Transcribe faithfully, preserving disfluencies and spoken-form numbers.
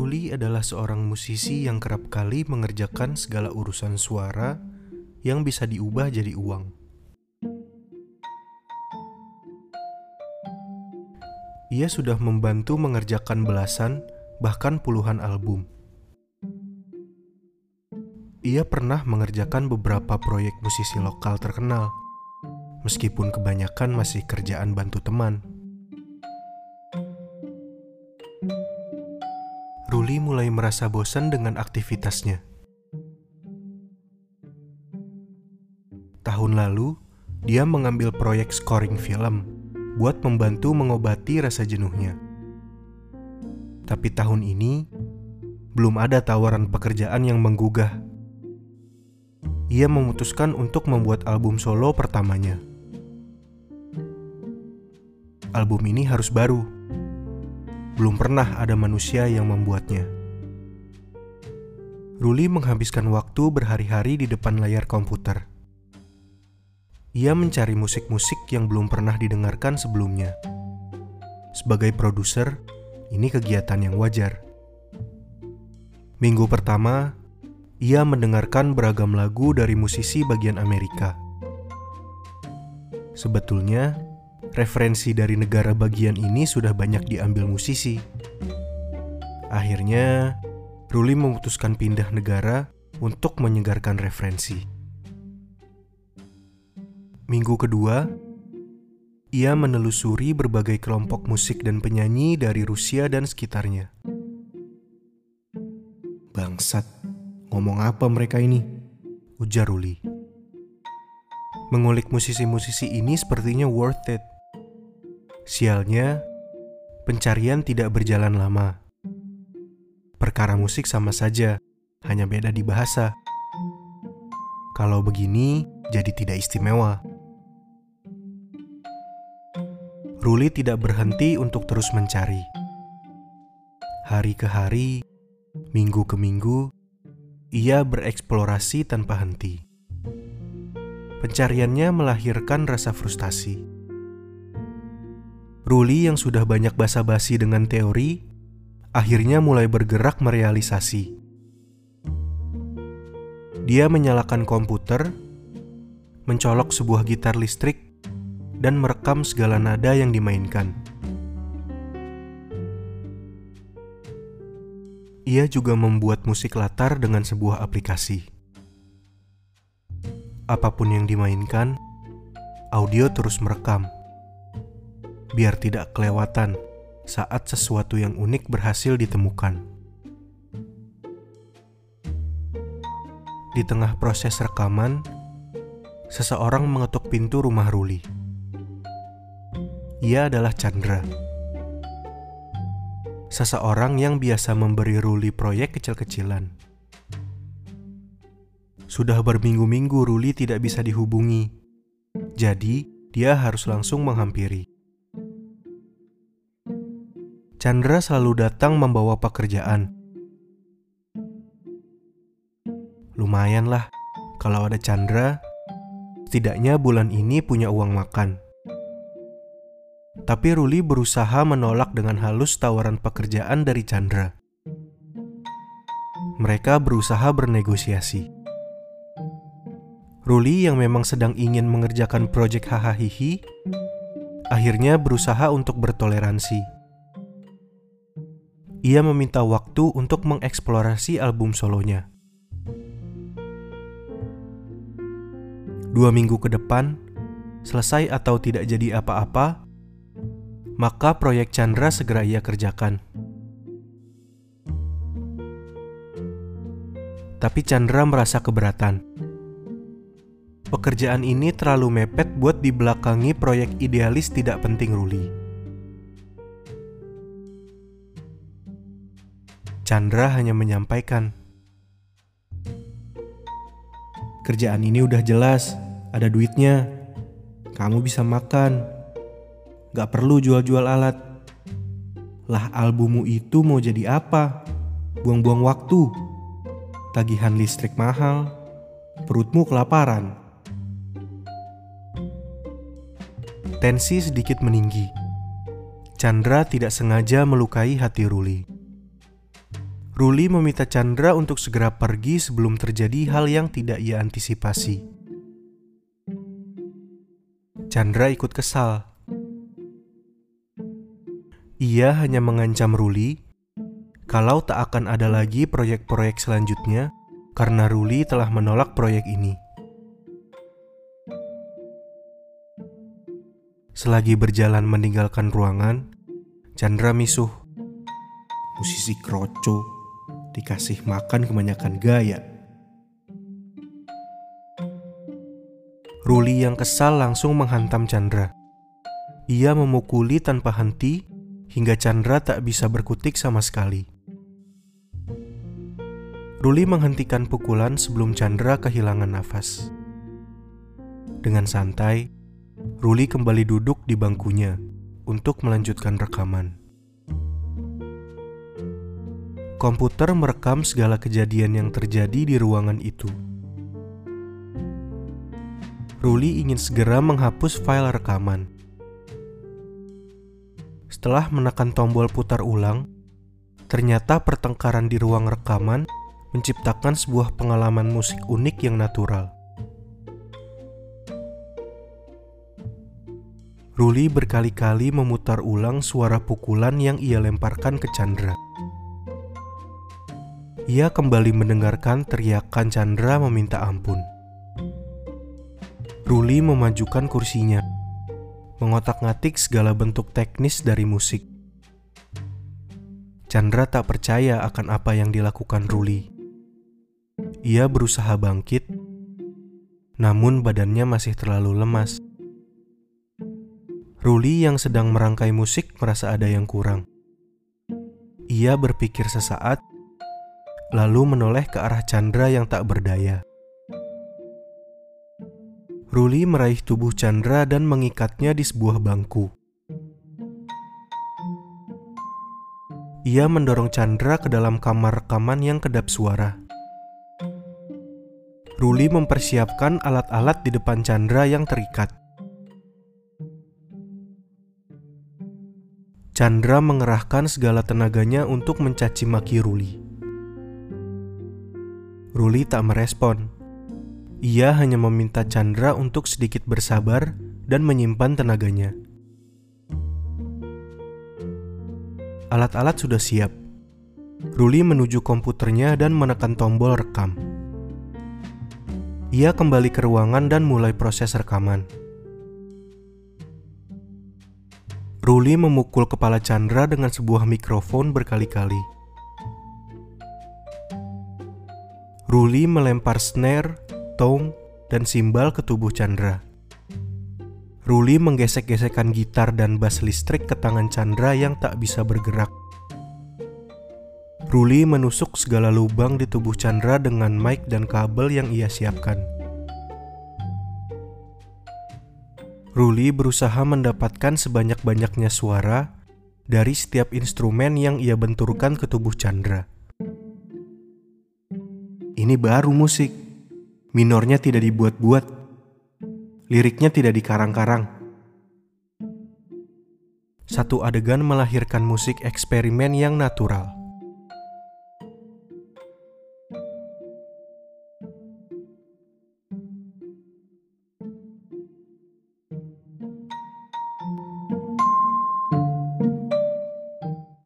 Ruli adalah seorang musisi yang kerap kali mengerjakan segala urusan suara yang bisa diubah jadi uang. Ia sudah membantu mengerjakan belasan, bahkan puluhan album. Ia pernah mengerjakan beberapa proyek musisi lokal terkenal, meskipun kebanyakan masih kerjaan bantu teman. Ruli mulai merasa bosan dengan aktivitasnya. Tahun lalu, dia mengambil proyek scoring film buat membantu mengobati rasa jenuhnya. Tapi tahun ini, belum ada tawaran pekerjaan yang menggugah. Ia memutuskan untuk membuat album solo pertamanya. Album ini harus baru. Belum pernah ada manusia yang membuatnya. Ruli menghabiskan waktu berhari-hari di depan layar komputer. Ia mencari musik-musik yang belum pernah didengarkan sebelumnya. Sebagai produser, ini kegiatan yang wajar. Minggu pertama, ia mendengarkan beragam lagu dari musisi bagian Amerika. Sebetulnya, referensi dari negara bagian ini sudah banyak diambil musisi. Akhirnya, Ruli memutuskan pindah negara untuk menyegarkan referensi. Minggu kedua, ia menelusuri berbagai kelompok musik dan penyanyi dari Rusia dan sekitarnya. "Bangsat, ngomong apa mereka ini?" ujar Ruli. Mengulik musisi-musisi ini sepertinya worth it. Sialnya, pencarian tidak berjalan lama. Perkara musik sama saja, hanya beda di bahasa. Kalau begini, jadi tidak istimewa. Ruli tidak berhenti untuk terus mencari. Hari ke hari, minggu ke minggu, ia bereksplorasi tanpa henti. Pencariannya melahirkan rasa frustasi. Ruli yang sudah banyak basa-basi dengan teori, akhirnya mulai bergerak merealisasi. Dia menyalakan komputer, mencolok sebuah gitar listrik, dan merekam segala nada yang dimainkan. Ia juga membuat musik latar dengan sebuah aplikasi. Apapun yang dimainkan, audio terus merekam, biar tidak kelewatan saat sesuatu yang unik berhasil ditemukan. Di tengah proses rekaman, seseorang mengetuk pintu rumah Ruli. Ia adalah Chandra, seseorang yang biasa memberi Ruli proyek kecil-kecilan. Sudah berminggu-minggu Ruli tidak bisa dihubungi, jadi dia harus langsung menghampiri. Chandra selalu datang membawa pekerjaan. Lumayanlah, kalau ada Chandra, setidaknya bulan ini punya uang makan. Tapi Ruli berusaha menolak dengan halus tawaran pekerjaan dari Chandra. Mereka berusaha bernegosiasi. Ruli yang memang sedang ingin mengerjakan proyek hahaha, akhirnya berusaha untuk bertoleransi. Ia meminta waktu untuk mengeksplorasi album solonya. Dua minggu ke depan, selesai atau tidak jadi apa-apa, maka proyek Chandra segera ia kerjakan. Tapi Chandra merasa keberatan. Pekerjaan ini terlalu mepet buat dibelakangi proyek idealis tidak penting Ruli. Chandra hanya menyampaikan, "Kerjaan ini udah jelas, ada duitnya. Kamu bisa makan. Gak perlu jual-jual alat. Lah albummu itu mau jadi apa? Buang-buang waktu. Tagihan listrik mahal. Perutmu kelaparan." Tensi sedikit meninggi. Chandra tidak sengaja melukai hati Ruli. Ruli meminta Chandra untuk segera pergi sebelum terjadi hal yang tidak ia antisipasi. Chandra ikut kesal. Ia hanya mengancam Ruli kalau tak akan ada lagi proyek-proyek selanjutnya karena Ruli telah menolak proyek ini. Selagi berjalan meninggalkan ruangan, Chandra misuh. Musisi kroco, dikasih makan kebanyakan gaya. Ruli yang kesal langsung menghantam Chandra. Ia memukuli tanpa henti hingga Chandra tak bisa berkutik sama sekali. Ruli menghentikan pukulan sebelum Chandra kehilangan nafas. Dengan santai, Ruli kembali duduk di bangkunya untuk melanjutkan rekaman. Komputer merekam segala kejadian yang terjadi di ruangan itu. Ruli ingin segera menghapus file rekaman. Setelah menekan tombol putar ulang, ternyata pertengkaran di ruang rekaman menciptakan sebuah pengalaman musik unik yang natural. Ruli berkali-kali memutar ulang suara pukulan yang ia lemparkan ke Chandra. Ia kembali mendengarkan teriakan Chandra meminta ampun. Ruli memajukan kursinya, mengotak-ngatik segala bentuk teknis dari musik. Chandra tak percaya akan apa yang dilakukan Ruli. Ia berusaha bangkit, namun badannya masih terlalu lemas. Ruli yang sedang merangkai musik merasa ada yang kurang. Ia berpikir sesaat, lalu menoleh ke arah Chandra yang tak berdaya. Ruli meraih tubuh Chandra dan mengikatnya di sebuah bangku. Ia mendorong Chandra ke dalam kamar rekaman yang kedap suara. Ruli mempersiapkan alat-alat di depan Chandra yang terikat. Chandra mengerahkan segala tenaganya untuk mencaci maki Ruli. Ruli tak merespon. Ia hanya meminta Chandra untuk sedikit bersabar dan menyimpan tenaganya. Alat-alat sudah siap. Ruli menuju komputernya dan menekan tombol rekam. Ia kembali ke ruangan dan mulai proses rekaman. Ruli memukul kepala Chandra dengan sebuah mikrofon berkali-kali. Ruli melempar snare, tom, dan simbal ke tubuh Chandra. Ruli menggesek-gesekkan gitar dan bass listrik ke tangan Chandra yang tak bisa bergerak. Ruli menusuk segala lubang di tubuh Chandra dengan mic dan kabel yang ia siapkan. Ruli berusaha mendapatkan sebanyak-banyaknya suara dari setiap instrumen yang ia benturkan ke tubuh Chandra. Ini baru musik. Minornya tidak dibuat-buat. Liriknya tidak dikarang-karang. Satu adegan melahirkan musik eksperimen yang natural.